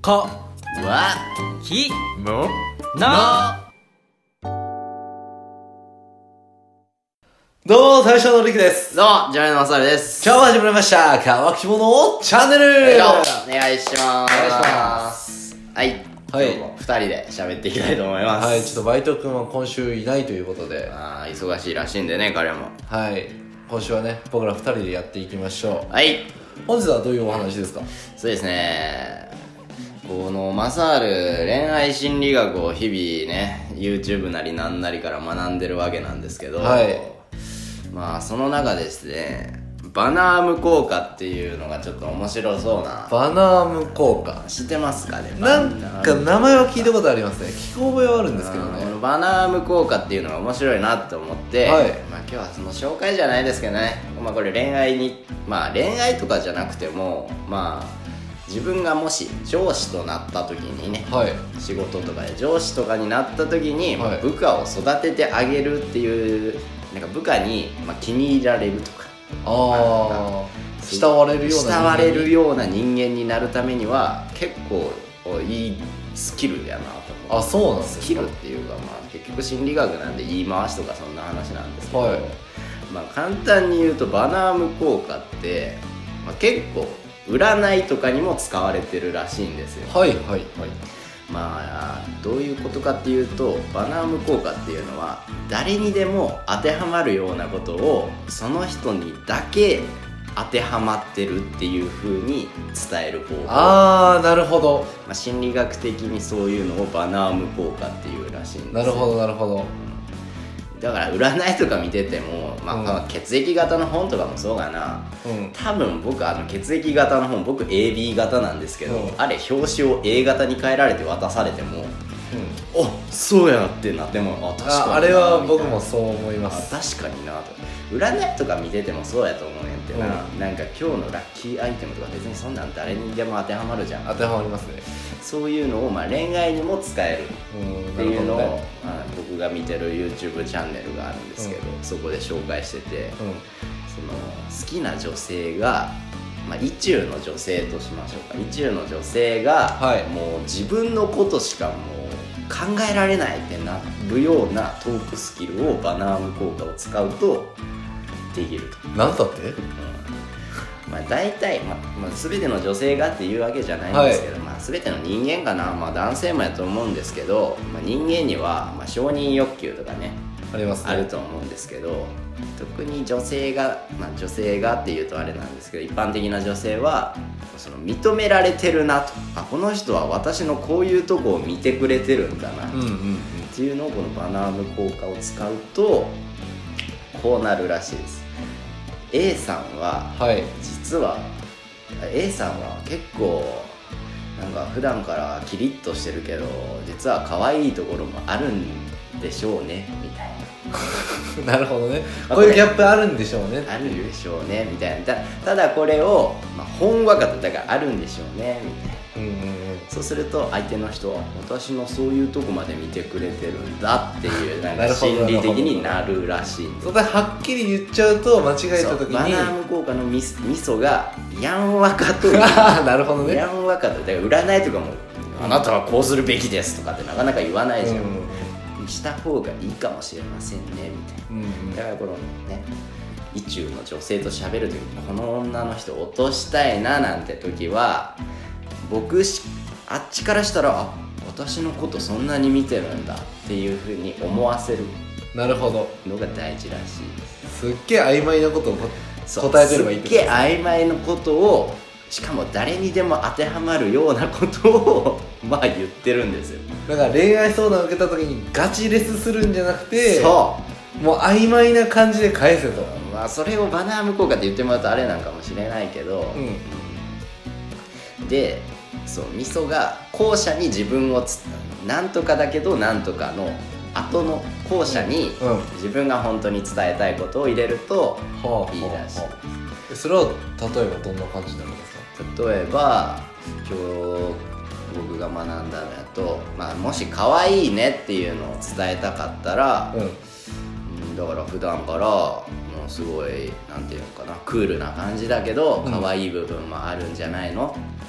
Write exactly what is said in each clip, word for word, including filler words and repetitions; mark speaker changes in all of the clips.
Speaker 1: か
Speaker 2: わ
Speaker 1: き
Speaker 2: も
Speaker 1: な
Speaker 3: どうも、大将のりくです。
Speaker 2: どうも、ジャミのまさるです。
Speaker 3: 今日も始まりました、乾き物チャンネル。
Speaker 2: よいしょお願いしまーす。
Speaker 3: お願いします
Speaker 2: はい。
Speaker 3: はい
Speaker 2: 今日も二人で喋っていきたいと思います。
Speaker 3: はい、ちょっとバイト君は今週いないということで、
Speaker 2: あー、忙しいらしいんでね、彼も。
Speaker 3: はい、今週はね、僕ら二人でやっていきましょう。
Speaker 2: はい。
Speaker 3: 本日はどういうお話ですか？
Speaker 2: そうですね。このマサール、恋愛心理学を日々ね、YouTube なりなんなりから学んでるわけなんですけど、
Speaker 3: はい。
Speaker 2: まあ、その中でですね、バナーム効果っていうのがちょっと面白そうな。
Speaker 3: バナーム効果。
Speaker 2: 知ってますかね？
Speaker 3: なんか名前は聞いたことありますね。聞く覚えはあるんですけどね。
Speaker 2: このバナーム効果っていうのが面白いなって思って、
Speaker 3: はい
Speaker 2: まあ、今日はその紹介じゃないですけどね、まあ、これ恋愛にまあ恋愛とかじゃなくてもまあ自分がもし上司となった時にね、
Speaker 3: はい。
Speaker 2: 仕事とかで上司とかになった時に、まあ
Speaker 3: はい
Speaker 2: 部下を育ててあげるっていうなんか部下にまあ気に入られるとか
Speaker 3: ああ、慕われるような人間に。
Speaker 2: 慕われるような人間になるためには結構いいスキルやなと思う。
Speaker 3: あ、そうなんですか。
Speaker 2: スキルっていうか、まあ、結局心理学なんで言い回しとかそんな話なんですけど、
Speaker 3: はい
Speaker 2: まあ、簡単に言うとバナーム効果って、まあ、結構占いとかにも使われてるらしいんですよ。
Speaker 3: はいはいはい。
Speaker 2: まあどういうことかっていうとバナーム効果っていうのは誰にでも当てはまるようなことをその人にだけ当てはまってるっていう風に伝える方法。
Speaker 3: ああ、なるほど。
Speaker 2: まあ、心理学的にそういうのをバナーム効果っていうらしいんですよ。
Speaker 3: なるほどなるほど。
Speaker 2: だから占いとか見てても、まあ
Speaker 3: うん
Speaker 2: まあ血液型の本とかもそうかな。
Speaker 3: うん。
Speaker 2: 多分僕あの血液型の本僕 エービー 型なんですけど、
Speaker 3: うん
Speaker 2: あれ表紙を A 型に変えられて渡されても
Speaker 3: うん。
Speaker 2: あそうやってなってもあ確かにな
Speaker 3: あ、あれは
Speaker 2: みたいな
Speaker 3: 僕もそう思います。
Speaker 2: あ確かになと占いとか見ててもそうやと思うねんってな、
Speaker 3: う
Speaker 2: なんか今日のラッキーアイテムとか別にそんなん誰にでも当てはまるじゃん。
Speaker 3: 当てはまりますね。
Speaker 2: そういうのをまあ恋愛にも使える
Speaker 3: うん。
Speaker 2: っていうのを、
Speaker 3: なるほどね。
Speaker 2: まあ、僕が見てる YouTube チャンネルがあるんですけど、
Speaker 3: うん
Speaker 2: そこで紹介してて、
Speaker 3: うん。
Speaker 2: その好きな女性が、まあ、意中の女性としましょうか。意中の女性が、
Speaker 3: はい
Speaker 2: もう自分のことしかもう考えられないってなるようなトークスキルをバナーム効果を使うとできると。
Speaker 3: なんだって？
Speaker 2: まあ大体、まあまあ、全ての女性がっていうわけじゃないんですけど、まあ、全ての人間かな、まあ、男性もやと思うんですけど、まあ、人間には、まあ、承認欲求とかね
Speaker 3: ありますね。
Speaker 2: あると思うんですけど、特に女性が、まあ、女性がっていうとあれなんですけど一般的な女性はその認められてるなと、あこの人は私のこういうとこを見てくれてるんだな、
Speaker 3: うんうんうん。
Speaker 2: っていうのをこのバナーム効果を使うとこうなるらしいです。 A さんは
Speaker 3: はい。
Speaker 2: 実は A さんは結構なんか普段からキリッとしてるけど実は可愛いところもあるんでしょうねみたいな
Speaker 3: なるほどね。こういうギャップあるんでしょうね。
Speaker 2: あるでしょうねみたいな。たただこれを、まあ、ほんわかとだからあるんでしょうねみたいな。
Speaker 3: うんうんうん。
Speaker 2: そうすると相手の人は私のそういうとこまで見てくれてるんだっていうなんか
Speaker 3: なるほど
Speaker 2: 心理的になるらしいんです。
Speaker 3: それではっきり言っちゃうと間違えた
Speaker 2: そう
Speaker 3: 時に
Speaker 2: バナーム効果のミスミソがやんわかと
Speaker 3: なるほどね。
Speaker 2: やんわかとだから占いとかもあなたはこうするべきですとかってなかなか言わないじゃん、
Speaker 3: うん
Speaker 2: した方がいいかもしれませんねみたいな。
Speaker 3: うんうん。
Speaker 2: だからこのね意中の女性と喋るときにこの女の人落としたいななんて時は僕しあっちからしたらあ私のことそんなに見てるんだっていうふうに思わせる
Speaker 3: なるほど。
Speaker 2: のが大事らしいです。
Speaker 3: すっげえ曖昧なことをこ
Speaker 2: そう
Speaker 3: 答えてればいいって
Speaker 2: すっげえ曖昧なことをしかも誰にでも当てはまるようなことをまあ言ってるんですよ。
Speaker 3: だから恋愛相談を受けた時にガチレスするんじゃなくて、
Speaker 2: そう
Speaker 3: もう曖昧な感じで返せと。
Speaker 2: まあそれをバナーム効果って言ってもらうとあれなんかもしれないけど、
Speaker 3: うん。
Speaker 2: でそうミソが後者に自分をつなんとかだけどなんとかの後の後者に
Speaker 3: うんうん
Speaker 2: 自分が本当に伝えたいことを入れると
Speaker 3: はあ
Speaker 2: いいらしい。
Speaker 3: はあはあそれは例えばどんな感じになるんですか？
Speaker 2: 例えば今日僕が学んだのやと、まあ、もし可愛いねっていうのを伝えたかったら、
Speaker 3: うん。
Speaker 2: うんだから普段からもうすごいなんていうのかなクールな感じだけど
Speaker 3: うん
Speaker 2: 可愛い部分もあるんじゃないの、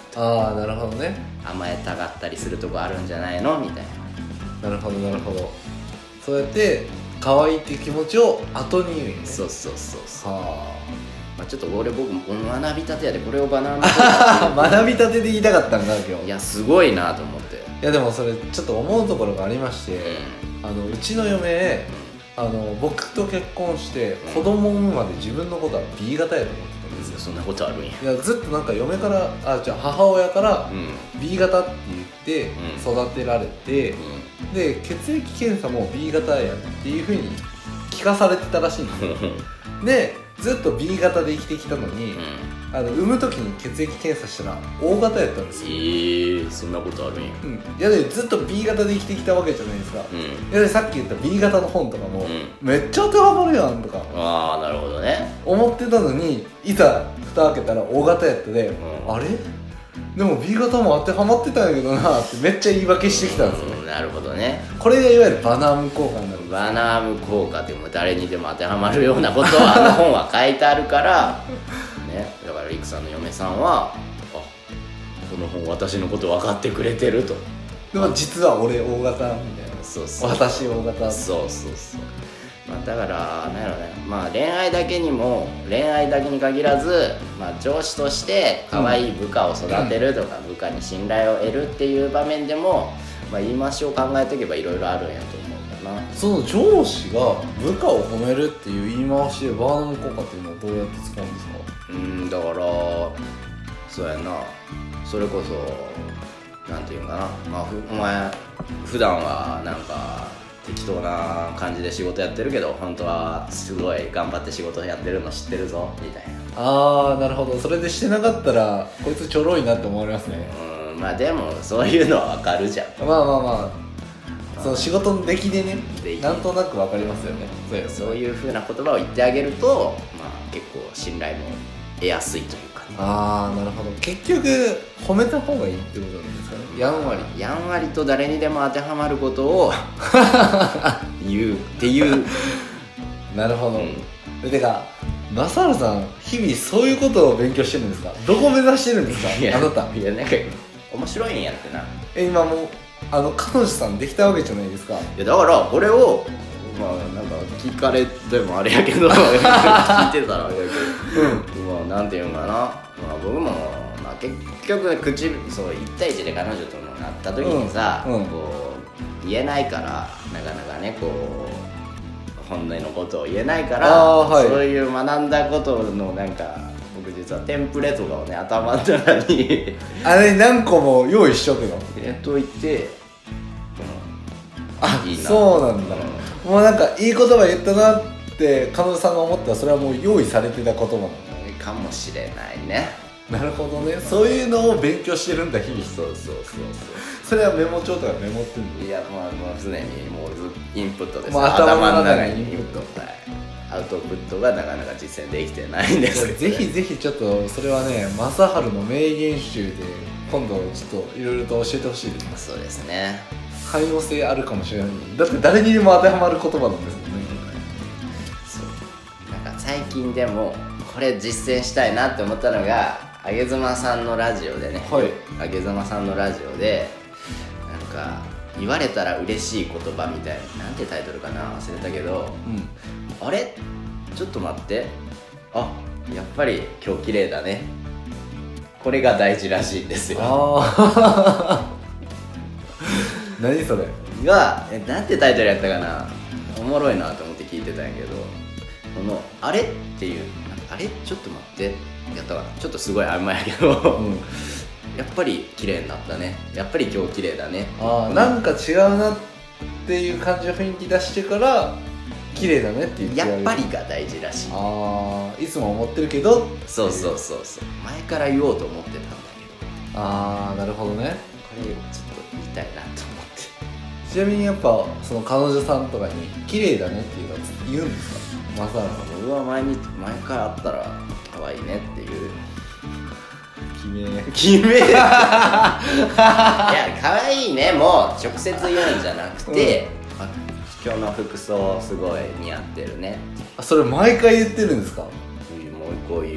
Speaker 2: と。
Speaker 3: ああなるほどね。
Speaker 2: 甘えたがったりするとこあるんじゃないのみたいな。
Speaker 3: なるほどなるほど。そうやって可愛いっていう気持ちを後に言うんね。
Speaker 2: そうそうそうそう、
Speaker 3: は
Speaker 2: まあ、ちょっと俺僕も学びたてやでこれをバナナ
Speaker 3: あ学びたてで言いたかったんだ今日。
Speaker 2: いやすごいなと思って。
Speaker 3: いやでもそれちょっと思うところがありまして、
Speaker 2: う
Speaker 3: あのうちの嫁あの僕と結婚して
Speaker 2: うん
Speaker 3: 子供を産むまで自分のことは B 型やと思ってたんですよ。
Speaker 2: そんなことあるんや。
Speaker 3: いやずっとなんか嫁からあじゃあ母親から
Speaker 2: うん
Speaker 3: B 型って言って
Speaker 2: うん
Speaker 3: 育てられて、で血液検査も B 型やっていう風に聞かされてたらしいんですよ。
Speaker 2: うん
Speaker 3: でずっと B 型で生きてきたのに、あの産む時に血液検査したら O 型やったんですよ。
Speaker 2: えー、そんなことあるんや。
Speaker 3: うん、いやでずっと B 型で生きてきたわけじゃないですか。
Speaker 2: うん
Speaker 3: いやでさっき言った B 型の本とかも、
Speaker 2: うん
Speaker 3: めっちゃ当てはまるやんとか
Speaker 2: ああなるほどね。
Speaker 3: 思ってたのにいざ蓋開けたら O 型やったで、
Speaker 2: うん
Speaker 3: あれでも B 型も当てはまってたんやけどなってめっちゃ言い訳してきたんですよ。
Speaker 2: うんなるほどね。
Speaker 3: これがいわゆるバナーム効果になるんです。
Speaker 2: バナーム効果ってもう誰にでも当てはまるようなことはあの本は書いてあるからね。だからリクさんの嫁さんはあこの本私のこと分かってくれてると。
Speaker 3: でも実は俺 O 型みたいな。
Speaker 2: そうそう
Speaker 3: 私 O 型。
Speaker 2: そうそうそう、まあ、だからなんやろね、まあ恋愛だけにも恋愛だけに限らず、まあ、上司として可愛い部下を育てるとか、部下に信頼を得るっていう場面でも、まあ、言い回しを考えておけばいろいろあるんやと思うんだな。
Speaker 3: その上司が部下を褒めるっていう言い回しでバーナム効果っていうのはどうやって使うんですか？
Speaker 2: うんだからそうやな、それこそなんていうんかな、まあ、ふお前普段はなんか適当な感じで仕事やってるけど本当はすごい頑張って仕事やってるの知ってるぞみたいな。
Speaker 3: あーなるほど。それでしてなかったらこいつちょろいなって思われますね。
Speaker 2: うんまあでもそういうのはわかるじゃん。
Speaker 3: まあまあまあその仕事の出来でね
Speaker 2: 出来
Speaker 3: なんとなくわかりますよね。そうや
Speaker 2: そういう風な言葉を言ってあげると、まあ、結構信頼も得やすいというかね。
Speaker 3: ああなるほど。結局褒めた方がいいってことなんですかね。やんわり
Speaker 2: やんわりと誰にでも当てはまることを言うっていう。
Speaker 3: なるほど、
Speaker 2: うん
Speaker 3: でてかマサールさん日々そういうことを勉強してるんですか？どこ目指してるんですか
Speaker 2: いや
Speaker 3: あなた。
Speaker 2: いやなんか面白いんやってな。
Speaker 3: え今もうあの彼女さんできたわけじゃないですか。
Speaker 2: いやだからこれをまあなんか聞かれてもあれやけど聞いてたらあれやけど、まあなんていうんかな、まあ、僕も、まあ、結局ね口そういち対いちで彼女ともなった時にさ、
Speaker 3: うんうん
Speaker 2: こう言えないからなかなかねこう本音のことを言えないから、
Speaker 3: あーはい
Speaker 2: そういう学んだことのなんか僕実はテンプレとかをね頭の中に
Speaker 3: あれ何個も用意しとくの？
Speaker 2: 入れといて、
Speaker 3: あ
Speaker 2: いいな
Speaker 3: そうなんだ、
Speaker 2: う
Speaker 3: もうなんかいい言葉言ったなって彼女さんが思ったらそれはもう用意されてた言葉なの。
Speaker 2: かもしれないね。
Speaker 3: なるほどね。そういうのを勉強してるんだ日々。
Speaker 2: そうそうそう
Speaker 3: それはメモ帳とかメモってる
Speaker 2: そう。いやまあまあ常にもうずインプットです、
Speaker 3: もう頭の中に
Speaker 2: にインプット、はい、アウトプットがなかなか実践できてないんですけど、
Speaker 3: ぜひぜひちょっとそれはね正治の名言集で今度ちょっといろいろと教えてほしいですね。
Speaker 2: そうですね。
Speaker 3: 汎用性あるかもしれない。だって誰にでも当てはまる言葉なんですもんね。
Speaker 2: そうなんか最近でもこれ実践したいなって思ったのがあげずまさんのラジオでね、
Speaker 3: はい
Speaker 2: あげずまさんのラジオでなんか言われたら嬉しい言葉みたいな、なんてタイトルかな忘れたけど、
Speaker 3: うん
Speaker 2: あれちょっと待って、あやっぱり今日綺麗だね、これが大事らしいんですよ。
Speaker 3: ああ何それ。
Speaker 2: がえなんてタイトルやったかな、おもろいなと思って聞いてたんやけど、このあれっていうあれちょっと待ってやったかな、ちょっとすごい曖昧やけど、
Speaker 3: うん
Speaker 2: やっぱり綺麗になったね、やっぱり今日綺麗だね、
Speaker 3: ああなんか違うなっていう感じの雰囲気出してから綺麗だねって言って
Speaker 2: やっぱり
Speaker 3: あ
Speaker 2: が大事らしい。
Speaker 3: あいつも思ってるけど
Speaker 2: そうそうそうそう、前から言おうと思ってたんだけど、
Speaker 3: ああなるほどね。
Speaker 2: これちょっと言いたいなと思って。
Speaker 3: ちなみにやっぱその彼女さんとかに綺麗だねっていうのは言うんですか？マサールさん
Speaker 2: 僕は毎日毎回会ったら可愛いねっていう
Speaker 3: 決め
Speaker 2: 決めいや可愛いねも直接言うんじゃなくて、あ今日の服装すごい似合ってるね、
Speaker 3: あそれ毎回言ってるんですか？
Speaker 2: もう一個言う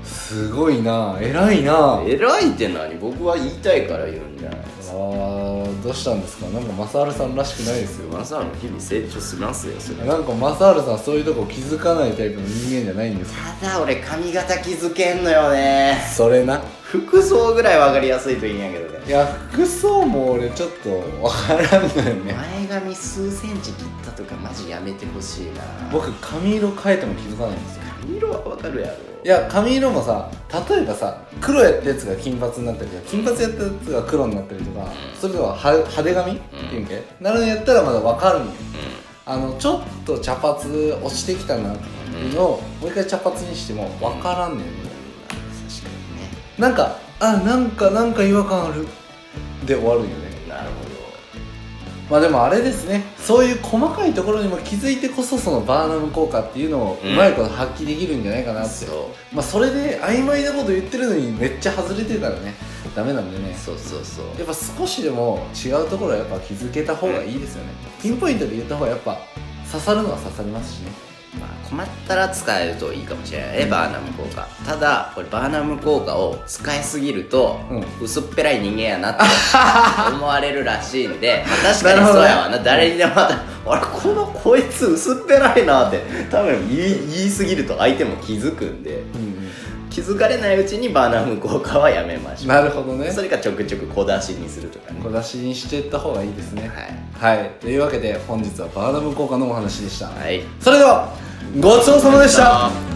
Speaker 3: すごいな、偉いな。
Speaker 2: 偉いって何？僕は言いたいから言うんじゃないですか。
Speaker 3: あー、どうしたんですか。なんかマサールさんらしくないですよ。
Speaker 2: マサールも日々成長しますよそれ。
Speaker 3: なんかマサールさんそういうとこ気づかないタイプの人間じゃないんですか。
Speaker 2: ただ俺髪型気づけんのよね。
Speaker 3: それな。
Speaker 2: 服装ぐらい分かりやすいといいんやけどね。
Speaker 3: いや、服装も俺ちょっとわからんのよね。
Speaker 2: 前髪数センチ切ったとかマジやめてほしいな。
Speaker 3: 僕髪色変えても気づかないんですよ。
Speaker 2: 髪色は分かるやろ。
Speaker 3: いや、髪色もさ、例えばさ、黒やったやつが金髪になったりとか、金髪やったやつが黒になったりとか、それではは派手髪っていうんけ、なるんやったらまだ分かるんよ。あのちょっと茶髪落ちてきたなっていうのを、もう一回茶髪にしても分からんねんね。
Speaker 2: 確かにね。
Speaker 3: なんか、あ、なんかなんか違和感あるで終わるんよね。
Speaker 2: なるほど。
Speaker 3: まあでもあれですね、そういう細かいところにも気づいてこそそのバーナム効果っていうのをうまいこと発揮できるんじゃないかなって、
Speaker 2: そう
Speaker 3: まあそれで曖昧なこと言ってるのにめっちゃ外れてたらねダメなんでね、
Speaker 2: そうそうそう。
Speaker 3: やっぱ少しでも違うところはやっぱ気づけた方がいいですよね。ピンポイントで言った方がやっぱ刺さるのは刺さりますしね。
Speaker 2: まあ、困ったら使えるといいかもしれないね、バーナム効果。ただこれバーナム効果を使いすぎると、
Speaker 3: うん、
Speaker 2: 薄っぺらい人間やなって思われるらしいんで、まあ、確かにそうやわな。誰にでもまたあれこのこいつ薄っぺらいなって多分言い、言いすぎると相手も気づくんで、うん、気づかれないうちにバーナム効果はやめましょう。
Speaker 3: なるほどね。
Speaker 2: それかちょくちょく小出しにするとかね。
Speaker 3: 小出しにしていった方がいいですね。
Speaker 2: はい、
Speaker 3: はい、というわけで本日はバーナム効果のお話でした。
Speaker 2: はい、
Speaker 3: それではごちそうさまでした。